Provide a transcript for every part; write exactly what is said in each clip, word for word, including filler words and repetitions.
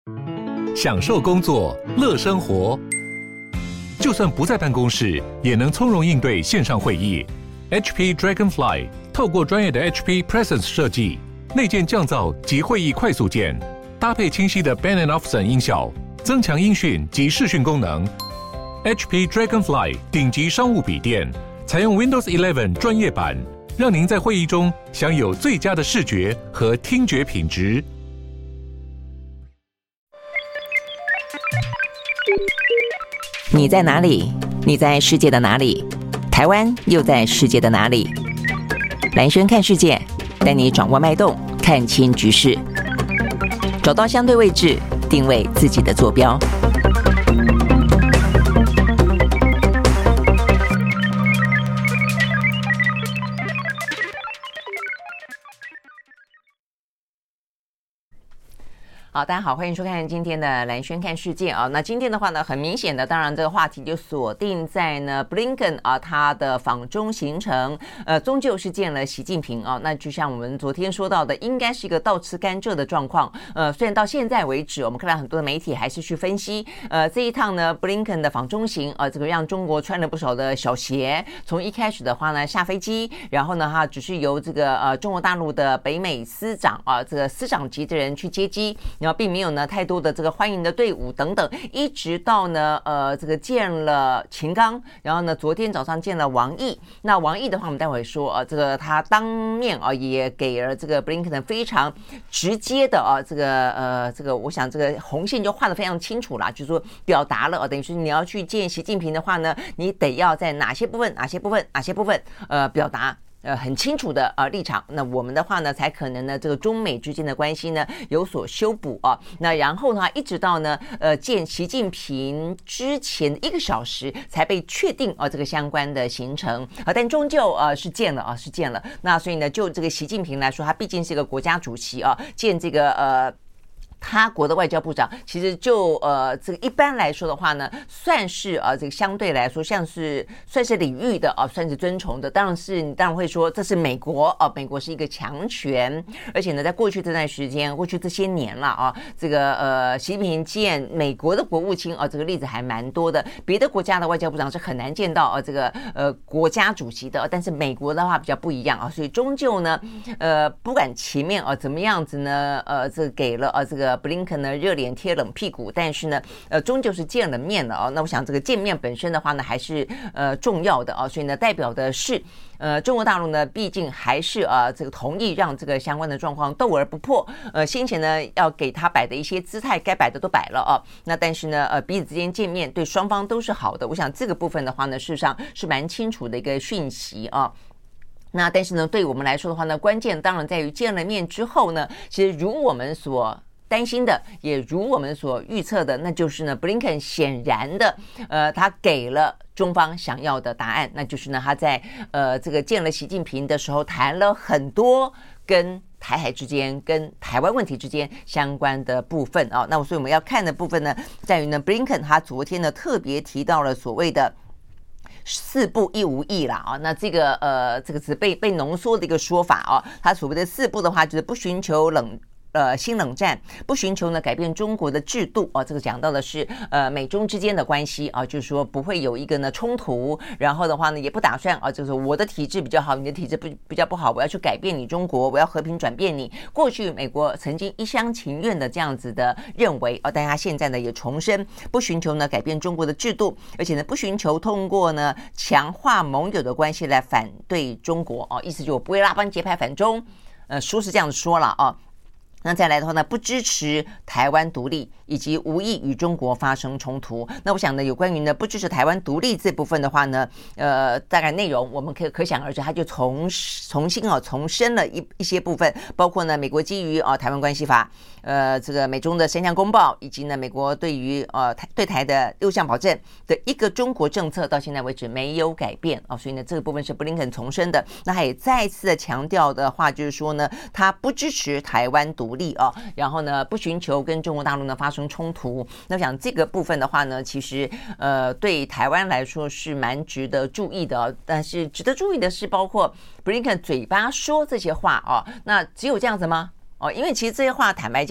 享受工作，乐生活。就算不在办公室，也能从容应对线上会议。H P Dragonfly 透过专业的 H P Presence 设计，内建降噪及会议快速键，搭配清晰的 Bang and Olufsen 音效，增强音讯及视讯功能。H P Dragonfly 顶级商务笔电，采用 Windows 十一专业版，让您在会议中享有最佳的视觉和听觉品质。 你在哪里？你在世界的哪里？台湾又在世界的哪里？蓝轩看世界，带你掌握脉动，看清局势，找到相对位置，定位自己的坐标。好，大家好，欢迎收看今天的蓝轩看世界啊。那今天的话呢，很明显的，当然这个话题就锁定在呢布林肯啊他的访中行程，呃，终究是见了习近平啊。那就像我们昨天说到的，应该是一个倒吃甘蔗的状况。呃，虽然到现在为止，我们看到很多的媒体还是去分析，呃，这一趟呢布林肯的访中行啊，这个让中国穿了不少的小鞋。从一开始的话呢，下飞机，然后呢哈，只是由这个呃中国大陆的北美司长啊，这个司长级的人去接机。然后并没有呢太多的这个欢迎的队伍等等，一直到呢呃这个见了秦刚，然后呢昨天早上见了王毅。那王毅的话，我们待会说啊，这个他当面啊也给了这个布林肯非常直接的啊这个呃这个我想这个红线就画得非常清楚啦，就是说表达了啊，等于是你要去见习近平的话呢，你得要在哪些部分、哪些部分、哪些部分呃表达。呃，很清楚的呃立场，那我们的话呢，才可能呢，这个中美之间的关系呢有所修补啊。那然后呢，一直到呢，呃，见习近平之前一个小时才被确定啊，这个相关的行程啊，但终究呃是见了啊，是见了。那所以呢，就这个习近平来说，他毕竟是一个国家主席啊，见这个呃。他国的外交部长其实就呃这个一般来说的话呢，算是呃这个相对来说像是算是礼遇的啊、呃，算是尊崇的。当然是你当然会说这是美国啊、呃，美国是一个强权，而且呢，在过去这段时间，过去这些年了啊，这个呃习近平见美国的国务卿啊、呃，这个例子还蛮多的。别的国家的外交部长是很难见到啊、呃、这个呃国家主席的，但是美国的话比较不一样啊，所以终究呢，呃不管前面啊、呃、怎么样子呢，呃这个给了啊、呃、这个。布林肯呢热脸贴冷屁股，但是呢，呃，终究是见了面了哦。那我想这个见面本身的话呢，还是呃重要的啊、哦。所以呢，代表的是呃中国大陆呢，毕竟还是呃这个同意让这个相关的状况斗而不破。呃，先前呢要给他摆的一些姿态，该摆的都摆了啊、哦。那但是呢，呃彼此之间见面对双方都是好的。我想这个部分的话呢，事实上是蛮清楚的一个讯息啊、哦。那但是呢，对我们来说的话呢，关键当然在于见了面之后呢，其实如我们所担心的，也如我们所预测的，那就是呢，布林肯显然的，呃，他给了中方想要的答案，那就是呢，他在呃这个见了习近平的时候，谈了很多跟台海之间、跟台湾问题之间相关的部分啊、哦。那所以我们要看的部分呢，在于呢，布林肯他昨天呢特别提到了所谓的四不一无意啦啊，那这个呃这个是被被浓缩的一个说法啊，他所谓的四不的话，就是不寻求冷。呃，新冷战不寻求呢改变中国的制度啊，这个讲到的是呃美中之间的关系啊，就是说不会有一个呢冲突，然后的话呢也不打算啊，就是我的体制比较好，你的体制不比较不好，我要去改变你中国，我要和平转变你。过去美国曾经一厢情愿的这样子的认为啊，但他现在呢也重申不寻求呢改变中国的制度，而且呢不寻求通过呢强化盟友的关系来反对中国啊，意思就我不会拉帮结派反中，呃，说是这样子说了啊。那再来的话呢，不支持台湾独立，以及无意与中国发生冲突。那我想呢，有关于呢不支持台湾独立这部分的话呢，呃，大概内容我们可以可想而知，他就重重新啊重申了一一些部分，包括呢美国基于啊台湾关系法，呃，这个美中的三项公报，以及呢美国对于呃台对台的六项保证的一个中国政策，到现在为止没有改变啊，所以呢这个部分是布林肯重申的。那他也再次的强调的话，就是说呢，他不支持台湾独立。独立啊，然后呢，不寻求跟中国大陆呢发生冲突。那我想这个部分的话呢，其实呃对台湾来说是蛮值得注意的、啊。但是值得注意的是，包括布林肯嘴巴说这些话啊，那只有这样子吗？哦，因为其实这些话坦白讲，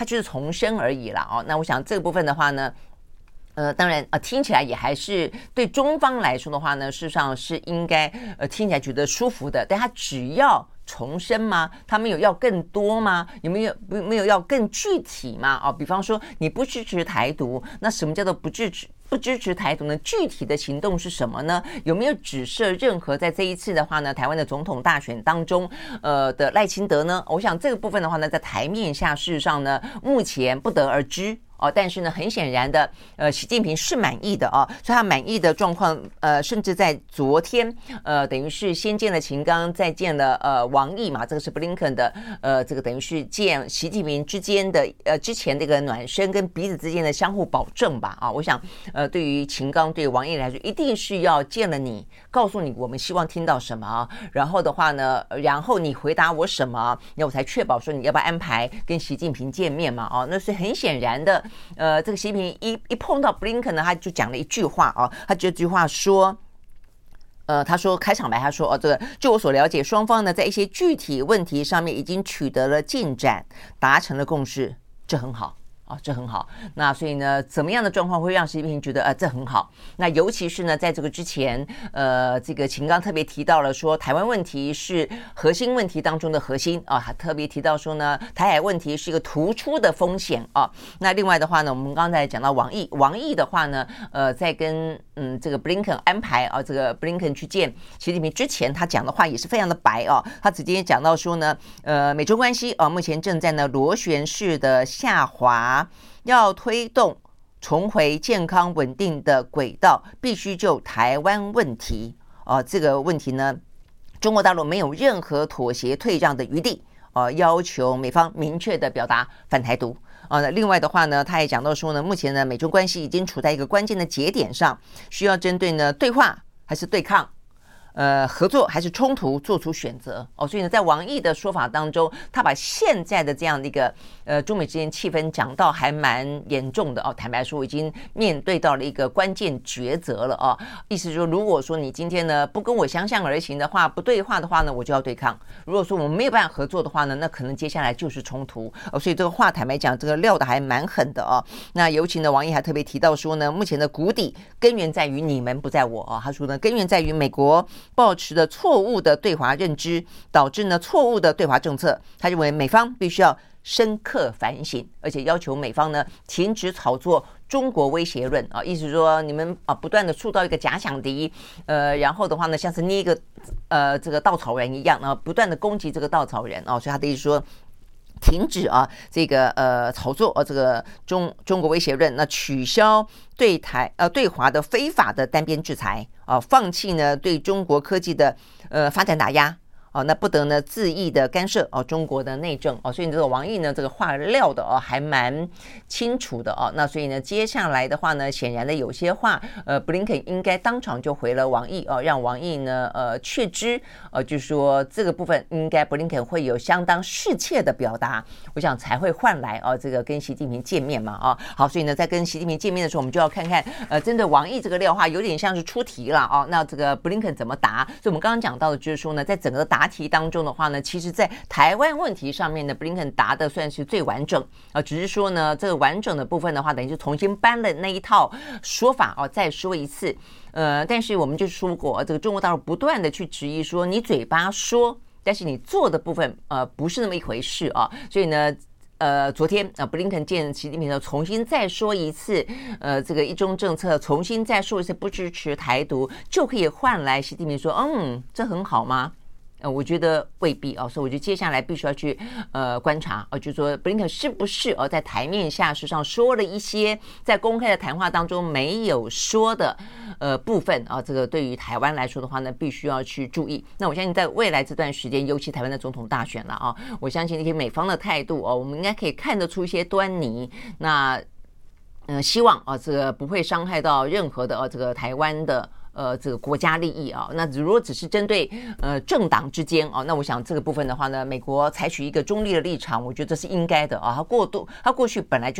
他就是重申而已啦哦。那我想这个部分的话呢。呃，当然，呃，听起来也还是对中方来说的话呢，事实上是应该呃听起来觉得舒服的。但他只要重申吗？他们有要更多吗？有没有没有要更具体吗？哦，比方说你不支持台独，那什么叫做不支持？不支持台独呢？具体的行动是什么呢？有没有指涉任何在这一次的话呢，台湾的总统大选当中，呃的赖清德呢？我想这个部分的话呢，在台面下事实上呢，目前不得而知。哦，但是呢，很显然的，呃，习近平是满意的哦，所以他满意的状况，呃，甚至在昨天，呃，等于是先见了秦刚，再见了呃王毅嘛，这个是布林肯的，呃，这个等于是见习近平之间的，呃，之前这个暖身跟彼此之间的相互保证吧，啊，我想，呃，对于秦刚对王毅来说，一定是要见了你，告诉你我们希望听到什么，然后的话呢，然后你回答我什么，那我才确保说你要不要安排跟习近平见面嘛，哦，那是很显然的。呃，这个习近平一一碰到布林肯呢，他就讲了一句话啊，他这句话说，呃，他说开场白，他说哦，这个据我所了解，双方呢在一些具体问题上面已经取得了进展，达成了共识，这很好。哦，这很好。那所以呢，怎么样的状况会让习近平觉得呃这很好？那尤其是呢，在这个之前，呃，这个秦刚特别提到了说，台湾问题是核心问题当中的核心啊，还特别提到说呢，台海问题是一个突出的风险啊。那另外的话呢，我们刚才讲到王毅，王毅的话呢，呃，在跟嗯这个布林肯安排啊，这个布林肯去见习近平之前，他讲的话也是非常的白啊，他直接讲到说呢，呃，美中关系啊，目前正在呢螺旋式的下滑。要推动重回健康稳定的轨道，必须就台湾问题哦，这个问题呢，中国大陆没有任何妥协退让的余地哦，要求美方明确的表达反台独啊。另外的话呢，他也讲到说呢，目前呢，美中关系已经处在一个关键的节点上，需要针对呢对话还是对抗。呃，合作还是冲突做出选择哦，所以呢，在王毅的说法当中，他把现在的这样的一个呃中美之间气氛讲到还蛮严重的哦。坦白说，已经面对到了一个关键抉择了哦。意思说，如果说你今天呢不跟我相向而行的话，不对话的话呢，我就要对抗；如果说我们没有办法合作的话呢，那可能接下来就是冲突哦。所以这个话坦白讲，这个撂的还蛮狠的哦。那尤其呢，王毅还特别提到说呢，目前的谷底根源在于你们，不在我哦。他说呢，根源在于美国抱持的错误的对华认知，导致呢错误的对华政策。他认为美方必须要深刻反省，而且要求美方呢停止炒作中国威胁论啊，意思说你们啊不断的塑造一个假想敌，呃，然后的话呢像是捏一个呃这个稻草人一样啊，不断的攻击这个稻草人啊，所以他的意思说。停止啊，这个呃炒作啊，这个中中国威胁论，那取消对台呃对华的非法的单边制裁啊，放弃呢对中国科技的呃发展打压。哦，那不得呢恣意的干涉哦中国的内政哦，所以这个王毅呢这个话撂的哦还蛮清楚的哦，那所以呢接下来的话呢，显然的有些话呃布林肯应该当场就回了王毅哦，让王毅呢呃确知呃就是说这个部分应该布林肯会有相当适切的表达，我想才会换来哦这个跟习近平见面嘛啊、哦、好，所以呢在跟习近平见面的时候，我们就要看看呃针对王毅这个撂话有点像是出题了哦，那这个布林肯怎么答？所以我们刚刚讲到的就是说呢，在整个答答题当中的话呢，其实在台湾问题上面呢，布林肯答的算是最完整啊、呃，只是说呢，这个完整的部分的话，等于是重新搬了那一套说法哦，再说一次。呃，但是我们就说过，这个中国大陆不断的去质疑说，你嘴巴说，但是你做的部分呃不是那么一回事啊，所以呢。呃，昨天啊，布林肯见习近平的时候，重新再说一次，呃，这个一中政策，重新再说一次不支持台独，就可以换来习近平说，嗯，这很好吗？呃，我觉得未必啊，所以我觉得接下来必须要去呃观察啊，就是说布林肯是不是呃在台面下实际上说了一些在公开的谈话当中没有说的呃部分啊，这个对于台湾来说的话呢，必须要去注意。那我相信在未来这段时间，尤其台湾的总统大选了啊，我相信那些美方的态度哦，我们应该可以看得出一些端倪。那呃，希望啊，这个不会伤害到任何的呃、啊、这个台湾的。呃，这个国家利益啊，那如果只是针对呃政党之间啊，那我想这个部分的话呢，美国采取一个中立的立场，我觉得这是应该的啊。它过度，它过去本来就是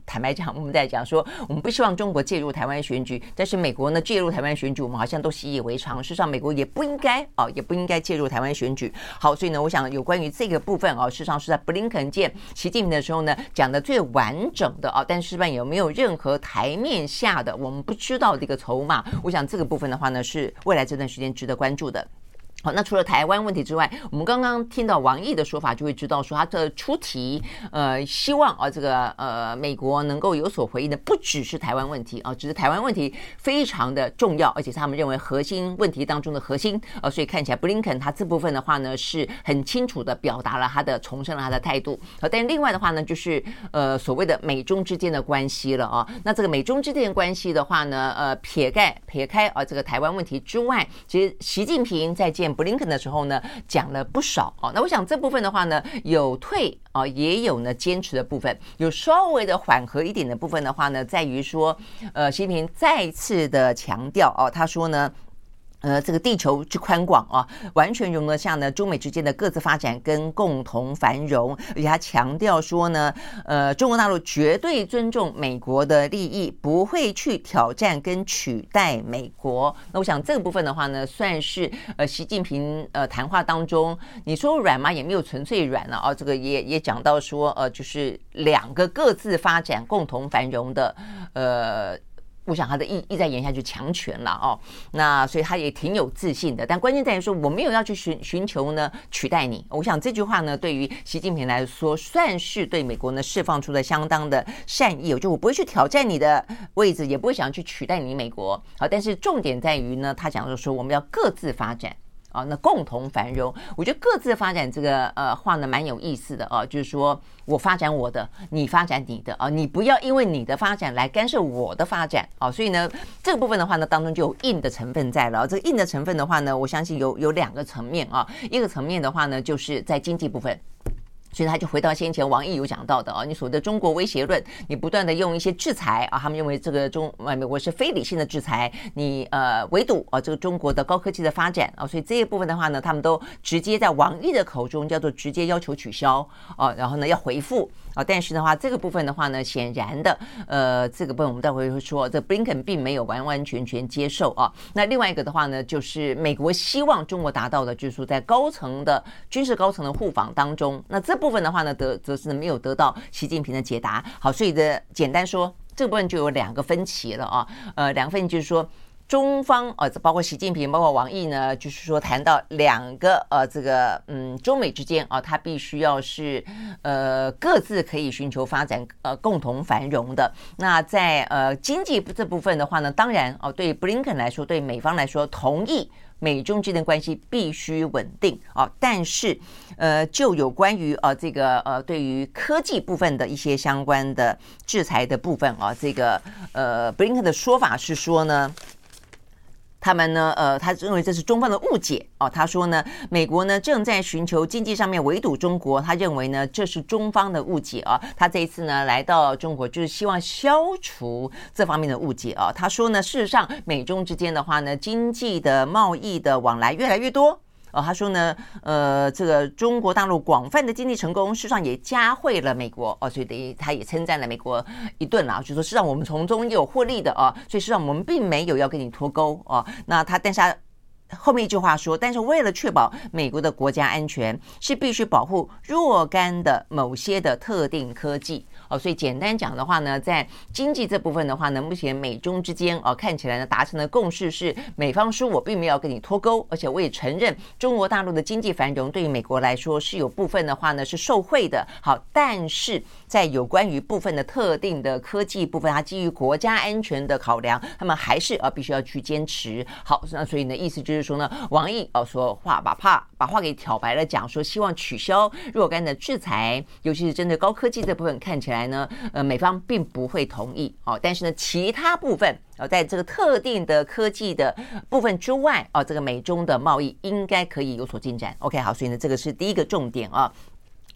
坦白讲，我们在讲说，我们不希望中国介入台湾选举，但是美国呢介入台湾选举，我们好像都习以为常。事实上，美国也不应该啊，也不应该介入台湾选举。好，所以呢，我想有关于这个部分啊，事实上是在布林肯见习近平的时候呢，讲的最完整的啊，但是有没有任何台面下的我们不知道的一个筹码？我想这个部分的话呢，是未来这段时间值得关注的。好，那除了台湾问题之外，我们刚刚听到王毅的说法，就会知道说他的出题，呃，希望啊这个呃美国能够有所回应的，不只是台湾问题啊，只是台湾问题非常的重要，而且是他们认为核心问题当中的核心啊，所以看起来布林肯他这部分的话呢，是很清楚的表达了他的重申了他的态度。好，但另外的话呢，就是呃所谓的美中之间的关系了啊。那这个美中之间的关系的话呢，呃撇开撇开啊这个台湾问题之外，其实习近平在见布林肯的时候呢，讲了不少哦。那我想这部分的话呢，有退啊，也有呢坚持的部分，有稍微的缓和一点的部分的话呢，在于说，呃，习近平再次的强调哦，他说呢。呃，这个地球之宽广啊，完全容得下呢中美之间的各自发展跟共同繁荣，而且他强调说呢，呃，中国大陆绝对尊重美国的利益，不会去挑战跟取代美国。那我想这个部分的话呢，算是呃习近平呃谈话当中，你说软吗？也没有纯粹软了啊，这个也也讲到说，呃，就是两个各自发展、共同繁荣的呃。我想他的意意在言下就强权了哦，那所以他也挺有自信的，但关键在于说我没有要去寻寻求呢取代你。我想这句话呢，对于习近平来说，算是对美国呢释放出了相当的善意。我就我不会去挑战你的位置，也不会想要去取代你美国。好，但是重点在于呢，他讲的说我们要各自发展。啊，那共同繁荣，我觉得各自发展这个呃话呢蛮有意思的啊，就是说我发展我的，你发展你的啊，你不要因为你的发展来干涉我的发展啊，所以呢这个部分的话呢当中就有硬的成分在了。这个硬的成分的话呢，我相信有有两个层面啊，一个层面的话呢就是在经济部分。所以他就回到先前王毅有讲到的啊，你所谓的中国威胁论，你不断的用一些制裁啊，他们认为这个中美国是非理性的制裁，你呃围堵啊这个中国的高科技的发展啊，所以这一部分的话呢，他们都直接在王毅的口中叫做直接要求取消啊，然后呢要回复啊，但是的话这个部分的话呢，显然的呃这个部分我们待会会说，这布林肯并没有完完全全接受啊。那另外一个的话呢，就是美国希望中国达到的，就是说在高层的军事高层的互访当中，那这部分的话呢，得则是没有得到习近平的解答。好，所以的简单说，这部分就有两个分歧了啊。呃，两个分歧就是说，中方呃，包括习近平，包括王毅呢，就是说谈到两个呃，这个嗯，中美之间啊，它必须要是呃各自可以寻求发展呃共同繁荣的。那在呃经济这部分的话呢，当然哦、呃，对布林肯来说，对美方来说，同意。美中之间的关系必须稳定啊，但是呃，就有关于呃这个呃对于科技部分的一些相关的制裁的部分啊，这个呃布林肯的说法是说呢。他们呢，呃，他认为这是中方的误解哦。他说呢，美国呢正在寻求经济上面围堵中国，他认为呢这是中方的误解啊。他这一次呢来到中国，就是希望消除这方面的误解啊。他说呢，事实上美中之间的话呢，经济的贸易的往来越来越多。哦，他说呢，呃，这个中国大陆广泛的经济成功，事实上也加惠了美国哦，所以等于他也称赞了美国一顿啦，就说事实上我们从中也有获利的哦，所以事实上我们并没有要跟你脱钩哦。那他，但是他后面一句话说，但是为了确保美国的国家安全，是必须保护若干的某些的特定科技。哦，所以简单讲的话呢，在经济这部分的话呢，目前美中之间哦看起来呢达成的共识是，美方说我并没有要跟你脱钩，而且我也承认中国大陆的经济繁荣对于美国来说是有部分的话呢是受惠的。好，但是在有关于部分的特定的科技部分，它基于国家安全的考量，他们还是呃必须要去坚持。好，那所以呢，意思就是说呢，王毅哦说话把话把话给挑白了讲，说希望取消若干的制裁，尤其是针对高科技这部分，看起来。呢，呃，美方并不会同意哦，但是呢，其他部分哦，在这个特定的科技的部分之外哦，这个美中的贸易应该可以有所进展。OK， 好，所以呢，这个是第一个重点啊。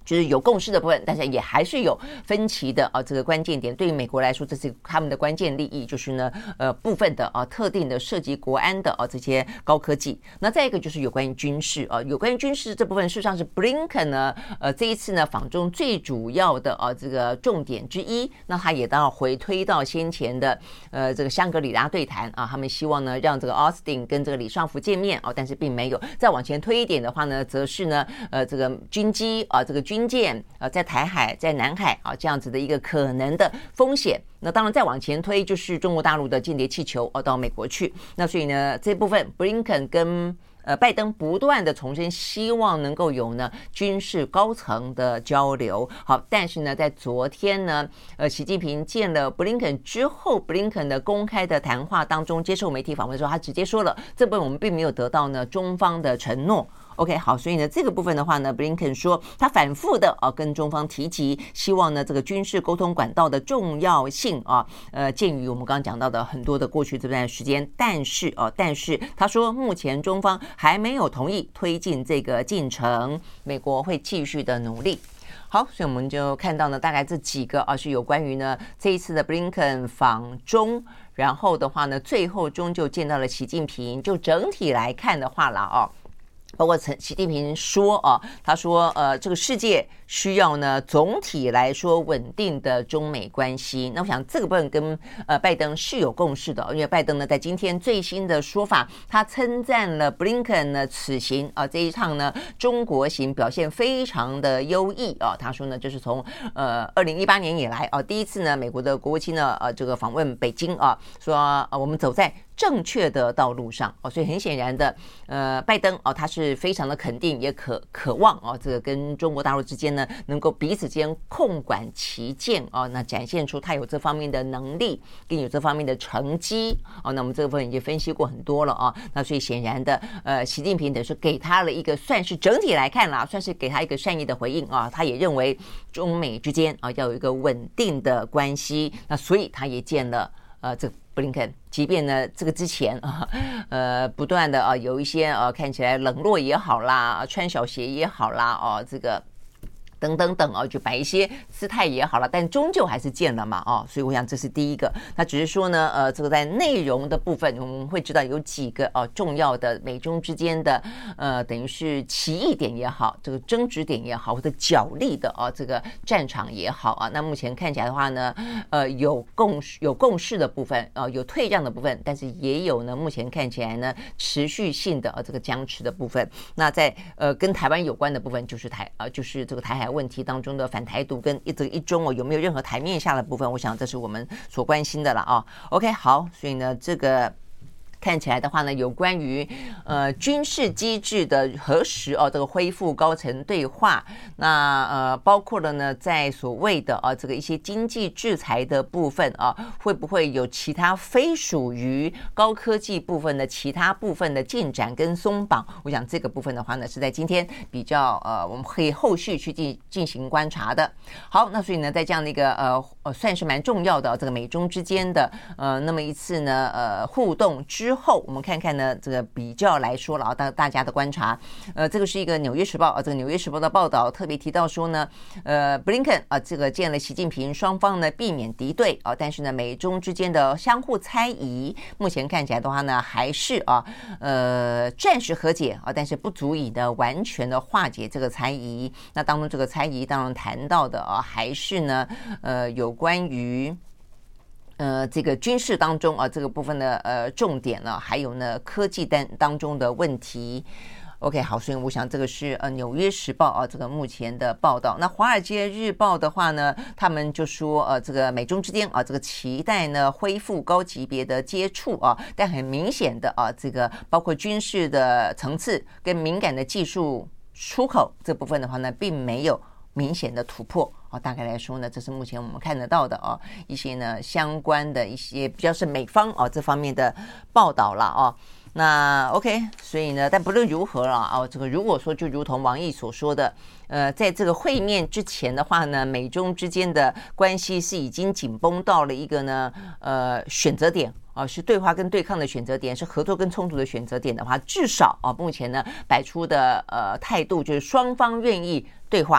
就是有共识的部分，但是也还是有分歧的啊。这个关键点对于美国来说，这是他们的关键利益，就是呢，呃，部分的啊特定的涉及国安的啊这些高科技。那再一个就是有关于军事啊，有关于军事这部分，事实上是 Blinken 呢，呃，这一次呢访中最主要的啊这个重点之一。那他也当然回推到先前的呃这个香格里拉对谈啊，他们希望呢让这个 Austin 跟这个李尚福见面啊，但是并没有。再往前推一点的话呢，则是呢，呃，这个军机啊，这个军舰啊，在台海、在南海啊这样子的一个可能的风险。那当然再往前推，就是中国大陆的间谍气球哦到美国去。那所以呢，这部分 Blinken 跟呃拜登不断的重申，希望能够有呢军事高层的交流。好，但是呢，在昨天呢，呃，习近平见了 Blinken 之后 ，Blinken 的公开的谈话当中，接受媒体访问的时候，他直接说了，这部分我们并没有得到呢中方的承诺。OK， 好，所以呢，这个部分的话呢 ，Blinken 说他反复的啊跟中方提及，希望呢这个军事沟通管道的重要性啊，呃，鉴于我们刚刚讲到的很多的过去这段时间，但是啊，但是他说目前中方还没有同意推进这个进程，美国会继续的努力。好，所以我们就看到呢，大概这几个啊是有关于呢这一次的 Blinken 访中，然后的话呢，最后终究见到了习近平。就整体来看的话啦，哦。包括习近平说啊，他说呃，这个世界需要呢总体来说稳定的中美关系。那我想这个部分跟呃拜登是有共识的，因为拜登呢在今天最新的说法，他称赞了 Blinken 呢此行啊这一趟呢中国行表现非常的优异啊。他说呢，这是从呃二零一八年以来啊第一次呢美国的国务卿呢呃这个访问北京啊，说啊我们走在正确的道路上哦，所以很显然的，呃，拜登哦，他是非常的肯定，也渴渴望哦，这个跟中国大陆之间呢，能够彼此间控管其见哦，那展现出他有这方面的能力，跟有这方面的成绩哦。那我们这个部分已经分析过很多了啊、哦，那所以显然的，呃，习近平等于是给他了一个算是整体来看啦，算是给他一个善意的回应啊。他也认为中美之间啊要有一个稳定的关系，那所以他也见了呃这个。布林肯，即便呢这个之前啊，呃不断的啊有一些呃看起来冷落也好啦，穿小鞋也好啦，哦这个等等等哦，就摆一些姿态也好了，但终究还是见了嘛哦，所以我想这是第一个。那只是说呢，呃，这个在内容的部分，我们会知道有几个哦重要的美中之间的呃，等于是歧义点也好，这个争执点也好，或者角力的哦这个战场也好啊。那目前看起来的话呢，呃，有共有共识的部分啊、呃，有退让的部分，但是也有呢，目前看起来呢持续性的呃这个僵持的部分。那在呃跟台湾有关的部分，就是台啊、呃，就是这个台海问题当中的反台独跟一这个一中哦有没有任何台面下的部分，我想这是我们所关心的了啊。OK， 好，所以呢这个看起来的话呢，有关于呃军事机制的何时哦这个恢复高层对话，那呃包括了呢在所谓的啊这个一些经济制裁的部分啊，会不会有其他非属于高科技部分的其他部分的进展跟松绑？我想这个部分的话呢，是在今天比较呃我们可以后续去进进行观察的。好，那所以呢，在这样的一个呃呃算是蛮重要的这个美中之间的呃那么一次呢呃互动之。之后我们看看呢，这个比较来说了啊，大大家的观察，呃，这个是一个《纽约时报》啊，这个《纽约时报》的报道特别提到说呢，呃，布林肯啊，这个见了习近平，双方呢避免敌对啊，但是呢，美中之间的相互猜疑，目前看起来的话呢，还是啊，呃，暂时和解啊，但是不足以呢完全的化解这个猜疑。那当中这个猜疑当然谈到的啊，还是呢，呃，有关于。呃，这个军事当中啊，这个部分的呃重点呢，还有呢科技当当中的问题。OK， 好，所以我想这个是呃《纽约时报》啊，这个目前的报道。那《华尔街日报》的话呢，他们就说呃，这个美中之间啊，这个期待呢恢复高级别的接触啊，但很明显的啊，这个包括军事的层次跟敏感的技术出口这部分的话呢，并没有明显的突破。哦，大概来说呢，这是目前我们看得到的哦，一些呢相关的一些比较是美方哦这方面的报道了哦。那 OK， 所以呢，但不论如何了哦，这个如果说就如同王毅所说的，呃，在这个会面之前的话呢，美中之间的关系是已经紧绷到了一个呢呃选择点啊、呃，是对话跟对抗的选择点，是合作跟冲突的选择点的话，至少啊、呃，目前呢摆出的呃态度就是双方愿意对话。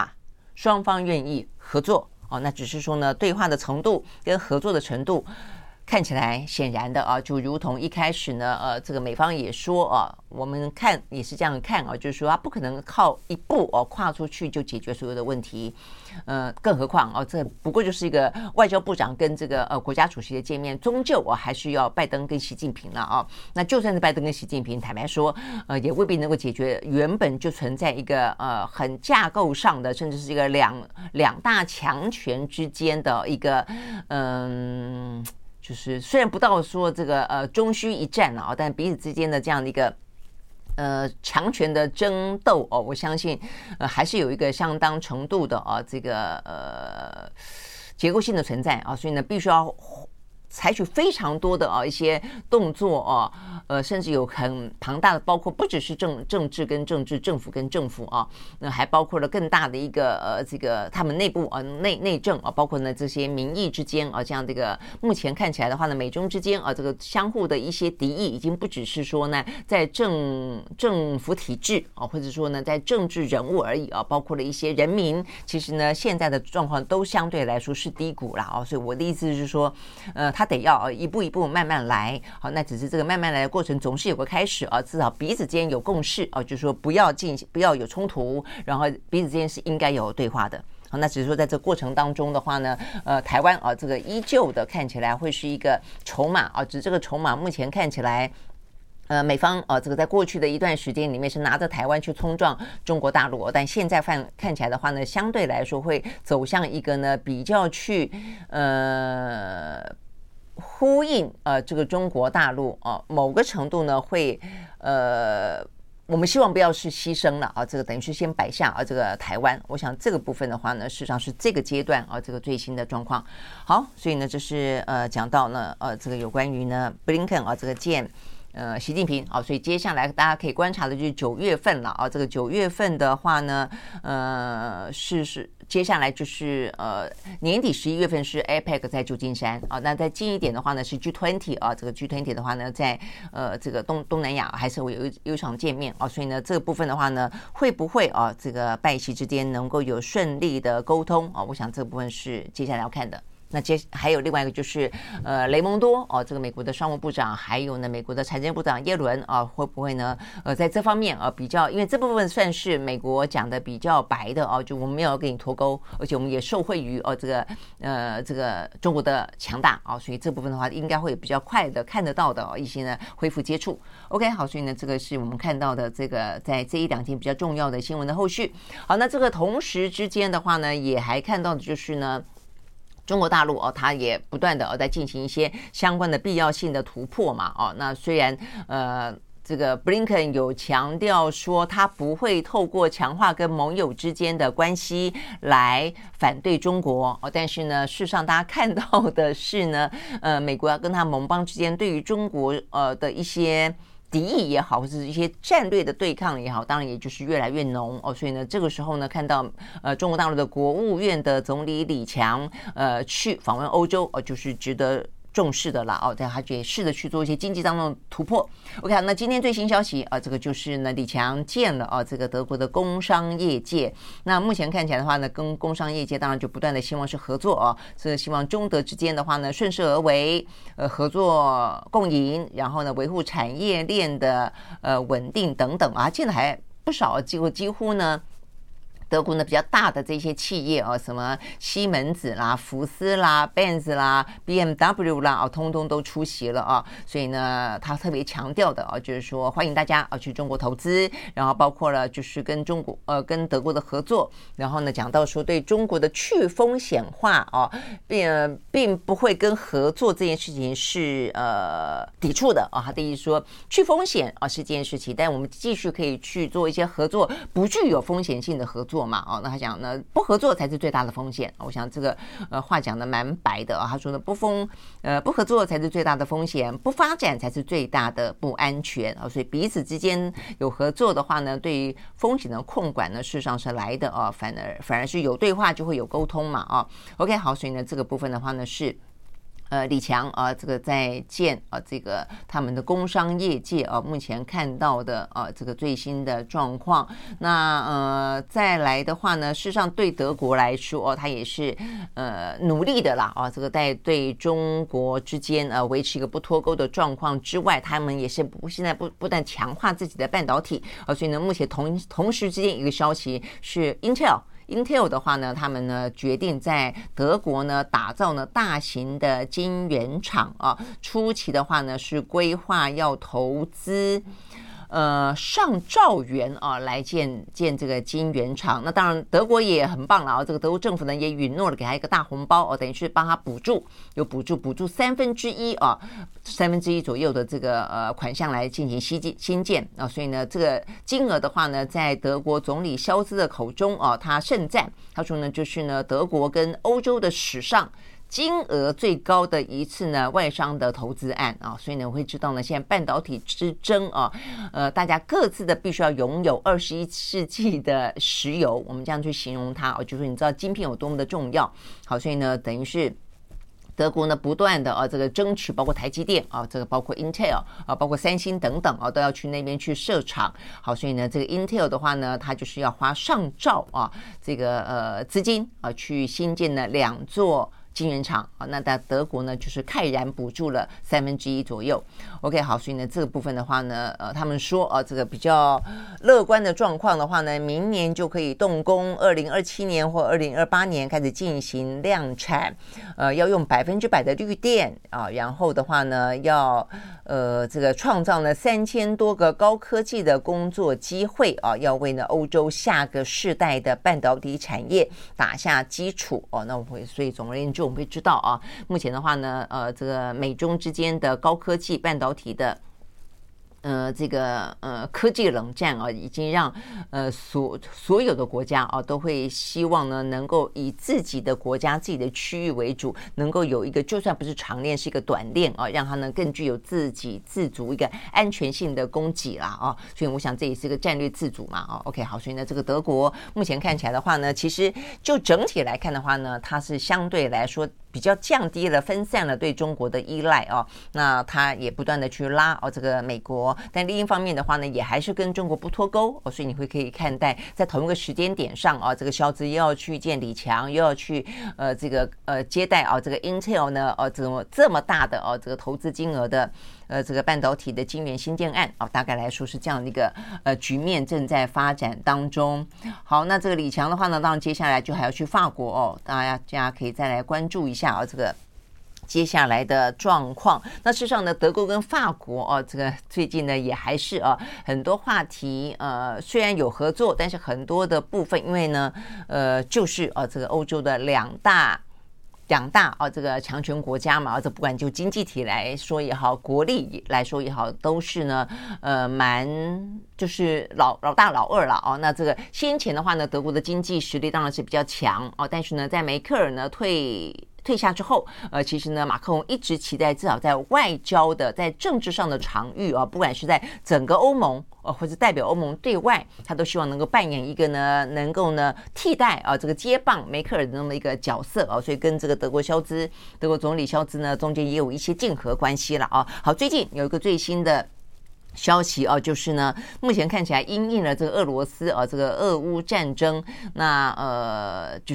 双方愿意合作哦，那只是说呢，对话的程度跟合作的程度。看起来显然的啊，就如同一开始呢，呃，这个美方也说啊，我们看也是这样看啊，就是说他不可能靠一步哦跨出去就解决所有的问题，呃，更何况哦，这不过就是一个外交部长跟这个呃国家主席的见面，终究啊还是要拜登跟习近平了啊。那就算是拜登跟习近平，坦白说，呃，也未必能够解决原本就存在一个呃很架构上的，甚至是一个两两大强权之间的一个嗯。呃就是虽然不到说这个呃终须一战了啊，但彼此之间的这样的一个呃强权的争斗哦，我相信呃还是有一个相当程度的啊这个呃结构性的存在啊，所以呢必须要采取非常多的啊一些动作啊，呃，甚至有很庞大的，包括不只是政政治跟政治，政府跟政府啊，那还包括了更大的一个呃这个他们内部啊内内政啊，包括呢这些民意之间啊这样这个目前看起来的话呢，美中之间啊这个相互的一些敌意，已经不只是说呢在政政府体制啊，或者说呢在政治人物而已啊，包括了一些人民，其实呢现在的状况都相对来说是低谷了啊，所以我的意思是说，呃。他得要一步一步慢慢来，好，那只是这个慢慢来的过程总是有个开始啊，至少彼此之间有共识啊，就是说不要进行不要有冲突，然后彼此之间是应该有对话的。好，那只是说在这过程当中的话呢，呃，台湾啊，这个依旧的看起来会是一个筹码啊，只是这个筹码目前看起来。呃，美方呃，这个在过去的一段时间里面是拿着台湾去冲撞中国大陆，但现在看看起来的话呢，相对来说会走向一个呢比较去呃。呼应呃这个中国大陆啊、呃，某个程度呢会呃，我们希望不要是牺牲了啊，这个等于是先摆下啊这个台湾，我想这个部分的话呢，事实上是这个阶段啊这个最新的状况。好，所以呢这是呃讲到呢呃这个有关于呢布林肯啊这个见。呃，习近平啊，所以接下来大家可以观察的就是九月份了啊。这个九月份的话呢，呃，是是接下来就是呃年底十一月份是 A P E C 在旧金山啊。那再近一点的话呢是 G 二十 啊，这个 G 二十 的话呢，在呃这个东东南亚还是会有有一场见面啊。所以呢，这个部分的话呢，会不会啊这个拜习之间能够有顺利的沟通啊？我想这个部分是接下来要看的。那接还有另外一个就是，呃，雷蒙多哦，这个美国的商务部长，还有呢，美国的财政部长耶伦啊，会不会呢？呃，在这方面啊，比较，因为这部分算是美国讲的比较白的哦，就我们没有给你脱钩，而且我们也受惠于哦这个呃这个中国的强大啊，所以这部分的话，应该会比较快的看得到的、哦、一些呢恢复接触。OK， 好，所以呢，这个是我们看到的这个在这一两天比较重要的新闻的后续。好，那这个同时之间的话呢，也还看到的就是呢。中国大陆哦，它也不断的哦在进行一些相关的必要性的突破嘛哦，那虽然呃这个布林肯有强调说他不会透过强化跟盟友之间的关系来反对中国哦，但是呢，事实上大家看到的是呢，呃，美国要跟他盟邦之间对于中国呃的一些。敌意也好，或者是一些战略的对抗也好，当然也就是越来越浓哦。所以呢，这个时候呢，看到呃中国大陆的国务院的总理李强呃去访问欧洲哦，就是值得重视的啦哦，但他也试着去做一些经济当中的突破。OK， 那今天最新消息啊、呃，这个就是呢，李强见了啊、呃、这个德国的工商业界。那目前看起来的话呢，跟工商业界当然就不断的希望是合作哦，是希望中德之间的话呢顺势而为，呃合作共赢，然后呢维护产业链的呃稳定等等啊，见的还不少，几乎几乎呢。德国呢比较大的这些企业啊，什么西门子啦、福斯啦、Benz 啦、B M W 啦啊，通通都出席了啊。所以呢，他特别强调的啊，就是说欢迎大家啊去中国投资，然后包括了就是跟中国呃跟德国的合作，然后呢讲到说对中国的去风险化啊，并并不会跟合作这件事情是呃抵触的啊。他的意思说去风险啊是这件事情，但我们继续可以去做一些合作，不具有风险性的合作。嘛哦，那他讲呢，不合作才是最大的风险。我想这个呃话讲的蛮白的啊。他说呢，不风呃不合作才是最大的风险，不发展才是最大的不安全啊。所以彼此之间有合作的话呢，对于风险的控管呢，事实上是来的啊。反而反而是有对话就会有沟通嘛啊。OK， 好，所以呢这个部分的话呢是。 呃，李强啊，这个在建啊，这个他们的工商业界啊，目前看到的啊，这个最新的状况。那呃，再来的话呢，事实上对德国来说，哦，它也是呃努力的啦啊，这个在对中国之间呃维持一个不脱钩的状况之外，他们也是不现在不不但强化自己的半导体啊，所以呢，目前同同时之间一个消息是 Intel。Intel 的话呢，他们呢决定在德国呢打造呢大型的晶圆厂啊，初期的话呢是规划要投资呃上兆元啊来建建这个晶圆厂。那当然德国也很棒了啊，这个德国政府呢也允诺了给他一个大红包哦，等于是帮他补助，有补助补助三分之一啊，三分之一左右的这个呃款项来进行新新建啊，所以呢这个金额的话呢，在德国总理肖兹的口中啊，他盛赞，他说呢就是呢德国跟欧洲的史上金额最高的一次呢外商的投资案啊，所以呢我会知道呢，现在半导体之争啊，呃，大家各自的必须要拥有二十一世纪的石油，我们这样去形容它啊，就是你知道晶片有多么的重要。好，所以呢，等于是德国呢不断的啊这个争取，包括台积电啊，这个包括 Intel 啊，包括三星等等啊，都要去那边去设厂。好，所以呢，这个 Intel 的话呢，它就是要花上兆啊这个呃资金啊去新建了两座晶圆厂啊，那在德国呢，就是慨然补助了三分之一左右。OK， 好，所以呢，这个部分的话呢，呃，他们说啊，这个比较乐观的状况的话呢，明年就可以动工，二零二七年或二零二八年开始进行量产，呃，要用百分之百的绿电啊，然后的话呢，要呃这个创造呢三千多个高科技的工作机会啊，要为呢欧洲下个世代的半导体产业打下基础哦。那我会，所以总而言之，我们会知道啊，目前的话呢，呃，这个美中之间的高科技半导体的呃，这个呃科技冷战啊，已经让呃所所有的国家啊都会希望呢，能够以自己的国家、自己的区域为主，能够有一个就算不是长链，是一个短链啊，让它呢更具有自给自足一个安全性的供给啦啊。所以我想这也是一个战略自主嘛啊。OK， 好，所以呢，这个德国目前看起来的话呢，其实就整体来看的话呢，它是相对来说比较降低了、分散了对中国的依赖哦。那它也不断的去拉哦这个美国，但另一方面的话呢，也还是跟中国不脱钩哦。所以你会可以看待在同一个时间点上啊，这个肖兹又要去见李强，又要去呃这个呃接待啊这个 Intel 呢哦这么这么大的哦这个投资金额的呃这个半导体的晶圆新建案哦，大概来说是这样的一个呃局面正在发展当中。好，那这个李强的话呢，当然接下来就还要去法国哦，大家大家可以再来关注一下啊这个接下来的状况。那事实上呢，德国跟法国哦，这个最近呢也还是啊很多话题呃虽然有合作，但是很多的部分因为呢呃就是啊这个欧洲的两大。两大啊，这个强权国家嘛，这不管就经济体来说也好，国力来说也好，都是呢，呃，蛮就是老老大老二了哦。那这个先前的话呢，德国的经济实力当然是比较强哦，但是呢，在梅克尔呢退。退下之后，呃，其实呢，马克龙一直期待至少在外交的、在政治上的场域啊，不管是在整个欧盟，呃，或者代表欧盟对外，他都希望能够扮演一个呢，能够呢替代啊这个接棒梅克尔的那么一个角色啊，所以跟这个德国肖兹、德国总理肖兹呢中间也有一些竞合关系了啊。好，最近有一个最新的消息啊，就是呢，目前看起来因应了这个俄罗斯啊，这个俄乌战争，那呃，就是。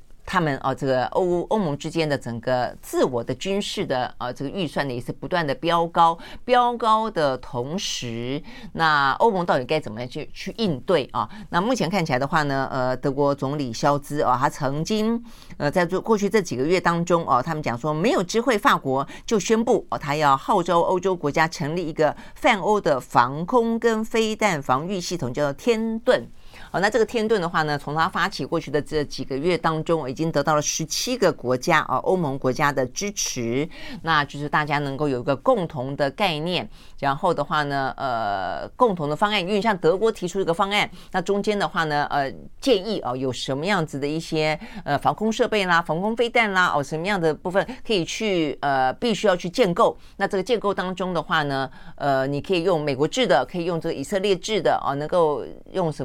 他们啊，这个欧欧盟之间的整个自我的军事的啊这个预算呢，也是不断的飙高，飙高的同时，那欧盟到底该怎么样去去应对啊？那目前看起来的话呢，呃，德国总理肖兹啊，他曾经呃在过去这几个月当中啊，他们讲说没有知会法国就宣布哦、啊，他要号召欧洲国家成立一个泛欧的防空跟飞弹防御系统，叫做天盾。好，那这个天盾的话呢，从它发起过去的这几个月当中，已经得到了十七个国家啊，欧盟国家的支持。那就是大家能够有一个共同的概念，然后的话呢，呃，共同的方案。因为像德国提出一个方案，那中间的话呢，呃，建议啊，有什么样子的一些呃防空设备啦、防空飞弹啦，哦，什么样的部分可以去呃必须要去建构。那这个建构当中的话呢，呃，你可以用美国制的，可以用这个以色列制的啊，能够用什么呃。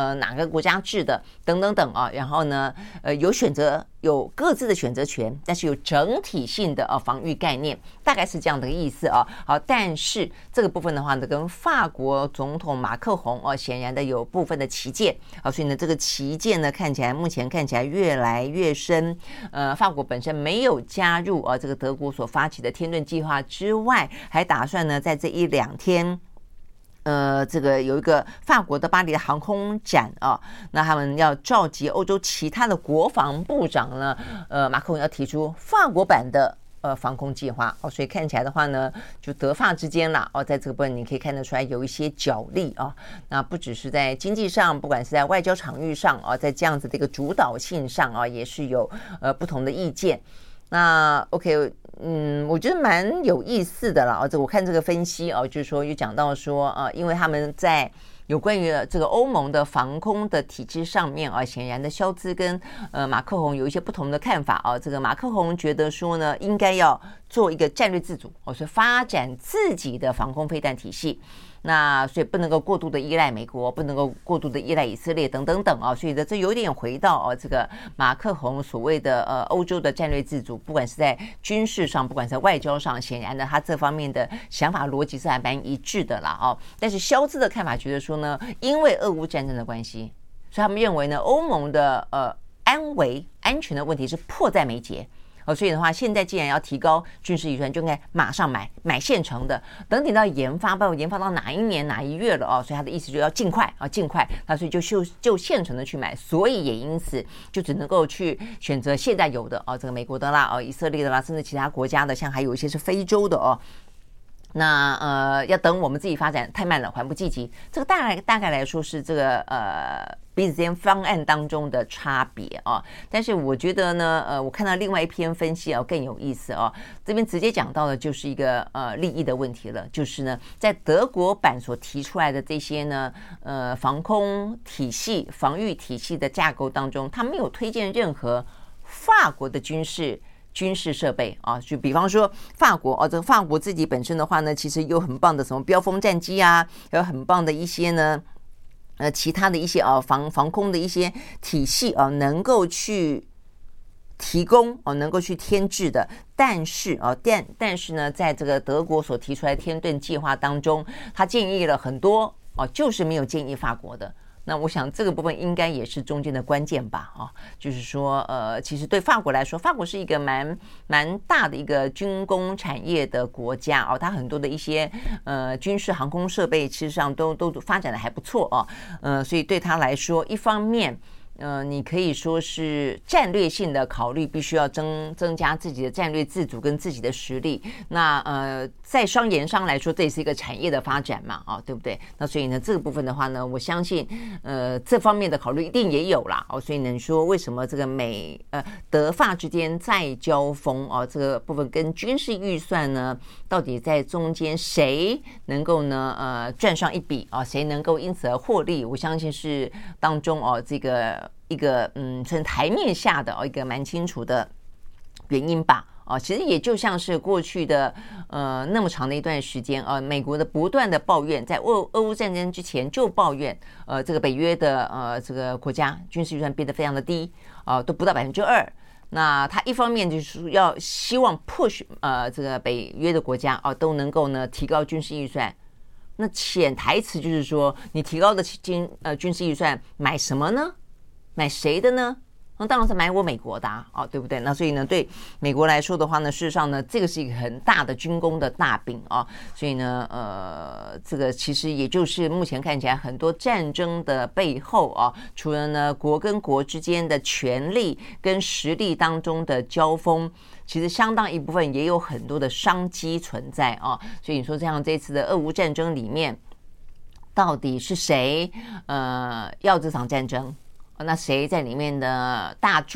呃哪个国家制的等等等啊，然后呢呃有选择有各自的选择权，但是有整体性的呃防御概念，大概是这样的意思啊。好，但是这个部分的话呢，跟法国总统马克宏哦、呃、显然的有部分的歧见啊，所以呢这个歧见呢看起来目前看起来越来越深。呃，法国本身没有加入啊、呃、这个德国所发起的天盾计划之外，还打算呢在这一两天。呃，这个有一个法国的巴黎的航空展啊，那他们要召集欧洲其他的国防部长呢，呃，马克宏要提出法国版的呃防空计划哦，所以看起来的话呢，就德法之间啦哦，在这个部分你可以看得出来有一些角力啊，那不只是在经济上，不管是在外交场域上啊，在这样子的一个主导性上啊，也是有呃不同的意见。那 OK。嗯，我觉得蛮有意思的啦。这我看这个分析哦，就是说有讲到说，呃，因为他们在有关于这个欧盟的防空的体制上面啊，显然的肖兹跟呃马克宏有一些不同的看法啊。这个马克宏觉得说呢，应该要做一个战略自主，哦，所以发展自己的防空飞弹体系。那所以不能够过度的依赖美国，不能够过度的依赖以色列等等等啊，所以的这有点回到哦这个马克宏所谓的呃欧洲的战略自主，不管是在军事上，不管是在外交上，显然的他这方面的想法逻辑是还蛮一致的啦哦。但是肖兹的看法觉得说呢，因为俄乌战争的关系，所以他们认为呢欧盟的呃安危安全的问题是迫在眉睫。哦，所以的话，现在既然要提高军事预算，就应该马上买买现成的，等等到研发，包括研发到哪一年哪一月了哦，所以他的意思就要尽快啊，尽快，那所以就就就现成的去买，所以也因此就只能够去选择现在有的哦，这个美国的啦，哦，以色列的啦，甚至其他国家的，像还有一些是非洲的哦。那呃，要等我们自己发展太慢了，缓不济急。这个大概大概来说是这个呃彼此之间方案当中的差别啊。但是我觉得呢，呃，我看到另外一篇分析啊更有意思啊。这边直接讲到的就是一个呃利益的问题了，就是呢，在德国版所提出来的这些呢呃防空体系、防御体系的架构当中，他没有推荐任何法国的军事。军事设备啊，就比方说法国哦，这个法国自己本身的话呢，其实有很棒的什么标风战机啊，有很棒的一些呢，呃，其他的一些啊防防空的一些体系啊，能够去提供哦，能够去添置的。但是啊，但但是呢，在这个德国所提出来的天盾计划当中，他建议了很多哦，就是没有建议法国的。那我想这个部分应该也是中间的关键吧，啊，就是说，呃，其实对法国来说，法国是一个蛮蛮大的一个军工产业的国家哦，它很多的一些呃军事航空设备，其实上都都发展的还不错哦，呃，所以对他来说，一方面。呃，你可以说是战略性的考虑，必须要增增加自己的战略自主跟自己的实力。那呃，在商言商来说，这也是一个产业的发展嘛，啊，对不对？那所以呢，这个部分的话呢，我相信呃这方面的考虑一定也有啦。哦，所以能说为什么这个美呃德法之间再交锋哦，这个部分跟军事预算呢，到底在中间谁能够呢呃赚上一笔啊？谁能够因此而获利？我相信是当中哦这个。一个嗯，从台面下的哦，一个蛮清楚的原因吧。哦，其实也就像是过去的呃那么长的一段时间啊、呃，美国的不断的抱怨，在俄俄乌战争之前就抱怨，呃，这个北约的呃这个国家军事预算变得非常的低啊、呃，都不到百分之二。那他一方面就是要希望 push 呃这个北约的国家啊、呃、都能够呢提高军事预算。那潜台词就是说，你提高的军呃军事预算买什么呢？买谁的呢？那当然是买我美国的啊，哦，对不对？那所以呢，对美国来说的话呢，事实上呢，这个是一个很大的军工的大饼啊，所以呢，呃，这个其实也就是目前看起来很多战争的背后啊，除了呢国跟国之间的权力跟实力当中的交锋，其实相当一部分也有很多的商机存在啊。所以你说这样这次的俄乌战争里面，到底是谁呃要这场战争？那谁在里面的大赚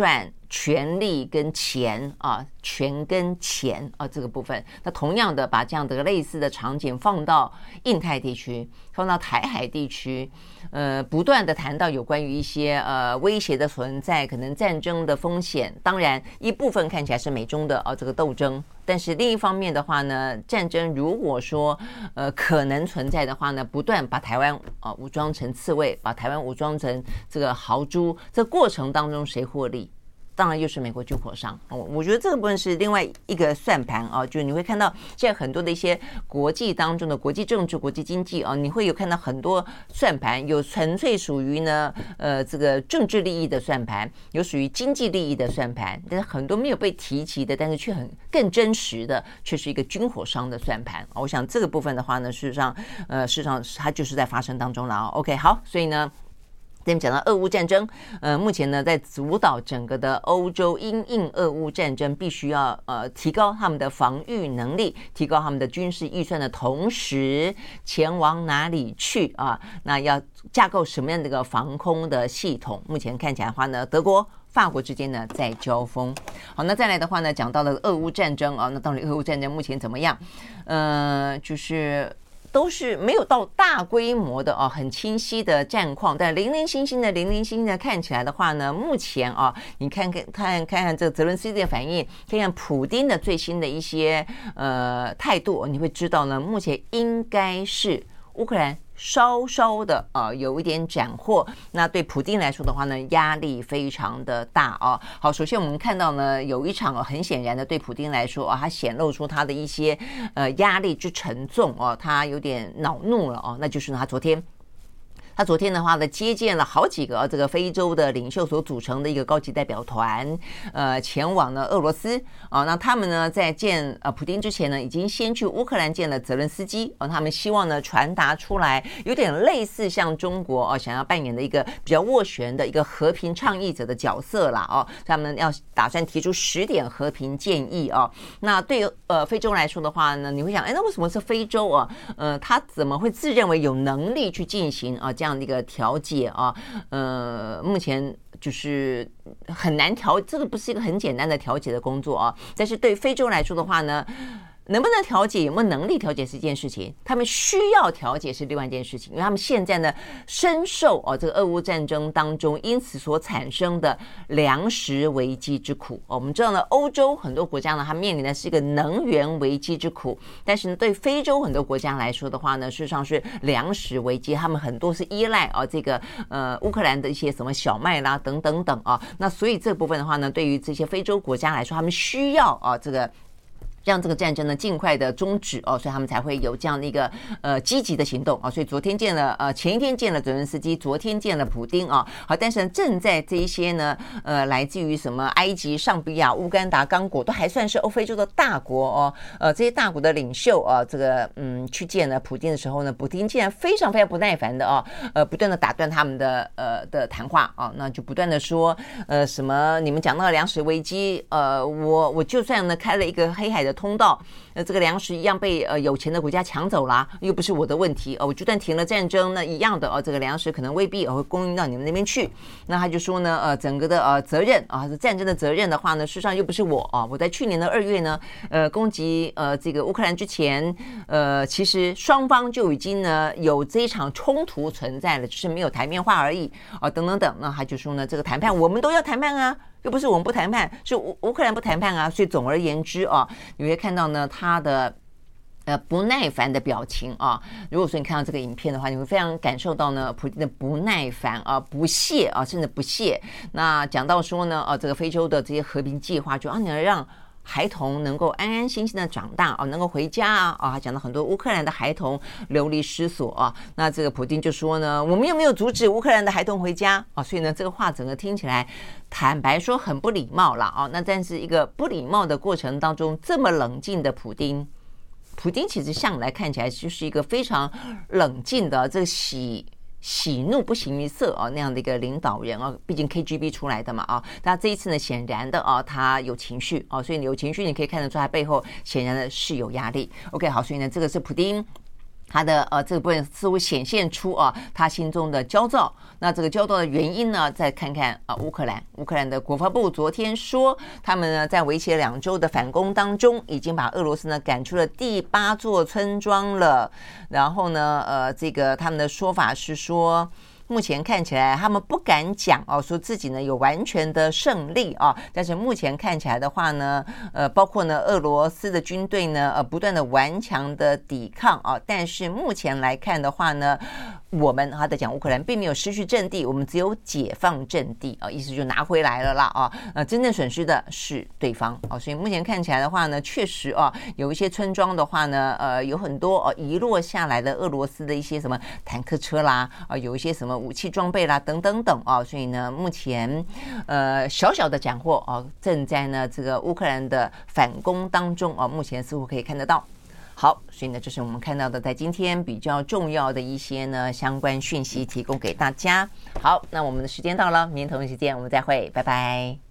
权力跟钱啊，权跟钱啊这个部分。那同样的，把这样的类似的场景放到印太地区，放到台海地区，呃，不断的谈到有关于一些呃威胁的存在，可能战争的风险。当然，一部分看起来是美中的啊这个斗争，但是另一方面的话呢，战争如果说呃可能存在的话呢，不断把台湾啊武装成刺猬，把台湾武装成这个豪猪，这过程当中谁获利？当然又是美国军火商。哦，我觉得这个部分是另外一个算盘啊，就你会看到现在很多的一些国际当中的国际政治、国际经济啊，你会有看到很多算盘，有纯粹属于呢呃这个政治利益的算盘，有属于经济利益的算盘，但是很多没有被提及的，但是却很更真实的，却是一个军火商的算盘。我想这个部分的话呢，事实上呃事实上它就是在发生当中了啊。OK， 好，所以呢。这边讲到俄乌战争，呃，目前呢在主导整个的欧洲因应俄乌战争，必须要呃提高他们的防御能力，提高他们的军事预算的同时，前往哪里去啊？那要架构什么样的一个防空的系统？目前看起来的话呢，德国、法国之间呢在交锋。好，那再来的话呢，讲到了俄乌战争啊，那到底俄乌战争目前怎么样？呃，就是。都是没有到大规模的哦，很清晰的战况，但零零星星的零零星星的看起来的话呢，目前啊，你看看看看看这个泽伦斯基的反应，看看普丁的最新的一些呃态度，你会知道呢，目前应该是乌克兰稍稍的呃有一点斩获，那对普丁来说的话呢，压力非常的大啊。好，首先我们看到呢，有一场、哦、很显然的对普丁来说啊，他显露出他的一些呃压力之沉重哦，他有点恼怒了哦，那就是他昨天。他昨天的话呢，接见了好几个这个非洲的领袖所组成的一个高级代表团，呃，前往了俄罗斯啊。那他们呢，在见呃普丁之前呢，已经先去乌克兰见了泽伦斯基啊。他们希望呢，传达出来有点类似像中国啊想要扮演的一个比较斡旋的一个和平倡议者的角色啦哦。他们要打算提出十点和平建议啊。那对呃非洲来说的话呢，你会想，哎，那为什么是非洲啊？呃，他怎么会自认为有能力去进行啊？这样的一个调解啊，呃，目前就是很难调，这个不是一个很简单的调解的工作啊。但是对非洲来说的话呢，能不能调解，有没有能力调解是一件事情，他们需要调解是另外一件事情，因为他们现在呢深受哦这个俄乌战争当中因此所产生的粮食危机之苦。哦，我们知道呢，欧洲很多国家呢，它面临的是一个能源危机之苦，但是呢，对非洲很多国家来说的话呢，事实上是粮食危机，他们很多是依赖啊这个呃乌克兰的一些什么小麦啦等等等啊，那所以这部分的话呢，对于这些非洲国家来说，他们需要啊这个。让这个战争呢尽快的终止哦，所以他们才会有这样的一个呃积极的行动啊。所以昨天见了呃前一天见了泽伦斯基，昨天见了普丁啊。好，但是呢正在这一些呢呃来自于什么埃及、上比亚、乌干达、刚果都还算是欧非洲的大国哦。呃，这些大国的领袖啊，这个嗯去见了普丁的时候呢，普丁竟然非常非常不耐烦的哦，呃不断的打断他们的呃的谈话啊，那就不断的说呃什么你们讲到粮食危机，呃我我就算呢开了一个黑海的通道，呃，这个粮食一样被呃有钱的国家抢走啦，又不是我的问题哦。我就算停了战争，那一样的哦，这个粮食可能未必会供应到你们那边去。那他就说呢，呃，整个的呃责任啊，是战争的责任的话呢，事实上又不是我啊。我在去年的二月呢，呃，攻击呃这个乌克兰之前，呃，其实双方就已经呢有这一场冲突存在了，只是没有台面化而已啊，等等等。那他就说呢，这个谈判我们都要谈判啊。又不是我们不谈判，是乌乌克兰不谈判啊，所以总而言之啊，你会看到呢他的呃不耐烦的表情啊。如果说你看到这个影片的话，你会非常感受到呢普丁的不耐烦啊、不屑啊，甚至不屑。那讲到说呢，啊这个非洲的这些和平计划，就啊你要让孩童能够安安心心的长大啊，能够回家啊啊，讲到很多乌克兰的孩童流离失所啊。那这个普丁就说呢，我们又没有阻止乌克兰的孩童回家啊，所以呢，这个话整个听起来，坦白说很不礼貌了啊。那但是一个不礼貌的过程当中，这么冷静的普丁，普丁其实向来看起来就是一个非常冷静的这个喜。喜怒不形于色啊，那样的一个领导人啊，毕竟 K G B 出来的嘛啊，但这一次呢，显然的啊，他有情绪啊，所以你有情绪，你可以看得出他背后显然的是有压力。OK， 好，所以呢，这个是普丁他的呃这个部分似乎显现出啊他心中的焦躁。那这个焦躁的原因呢，再看看啊乌克兰，乌克兰的国防部昨天说，他们呢在为期两周的反攻当中，已经把俄罗斯呢赶出了第八座村庄了。然后呢，呃，这个他们的说法是说，目前看起来他们不敢讲哦，说自己呢有完全的胜利啊，但是目前看起来的话呢，呃，包括呢俄罗斯的军队呢，呃，不断的顽强的抵抗啊，但是目前来看的话呢，我们他在讲乌克兰并没有失去阵地，我们只有解放阵地啊，意思就拿回来了啦啊，呃，真正损失的是对方啊，所以目前看起来的话呢，确实啊，有一些村庄的话呢，呃，有很多呃遗落下来的俄罗斯的一些什么坦克车啦，啊，有一些什么武器装备啦，等等等啊，所以呢，目前呃小小的斩获啊，正在呢这个乌克兰的反攻当中啊，目前似乎可以看得到。好，所以呢，这是我们看到的在今天比较重要的一些呢相关讯息，提供给大家。好，那我们的时间到了，明天同一时间我们再会，拜拜。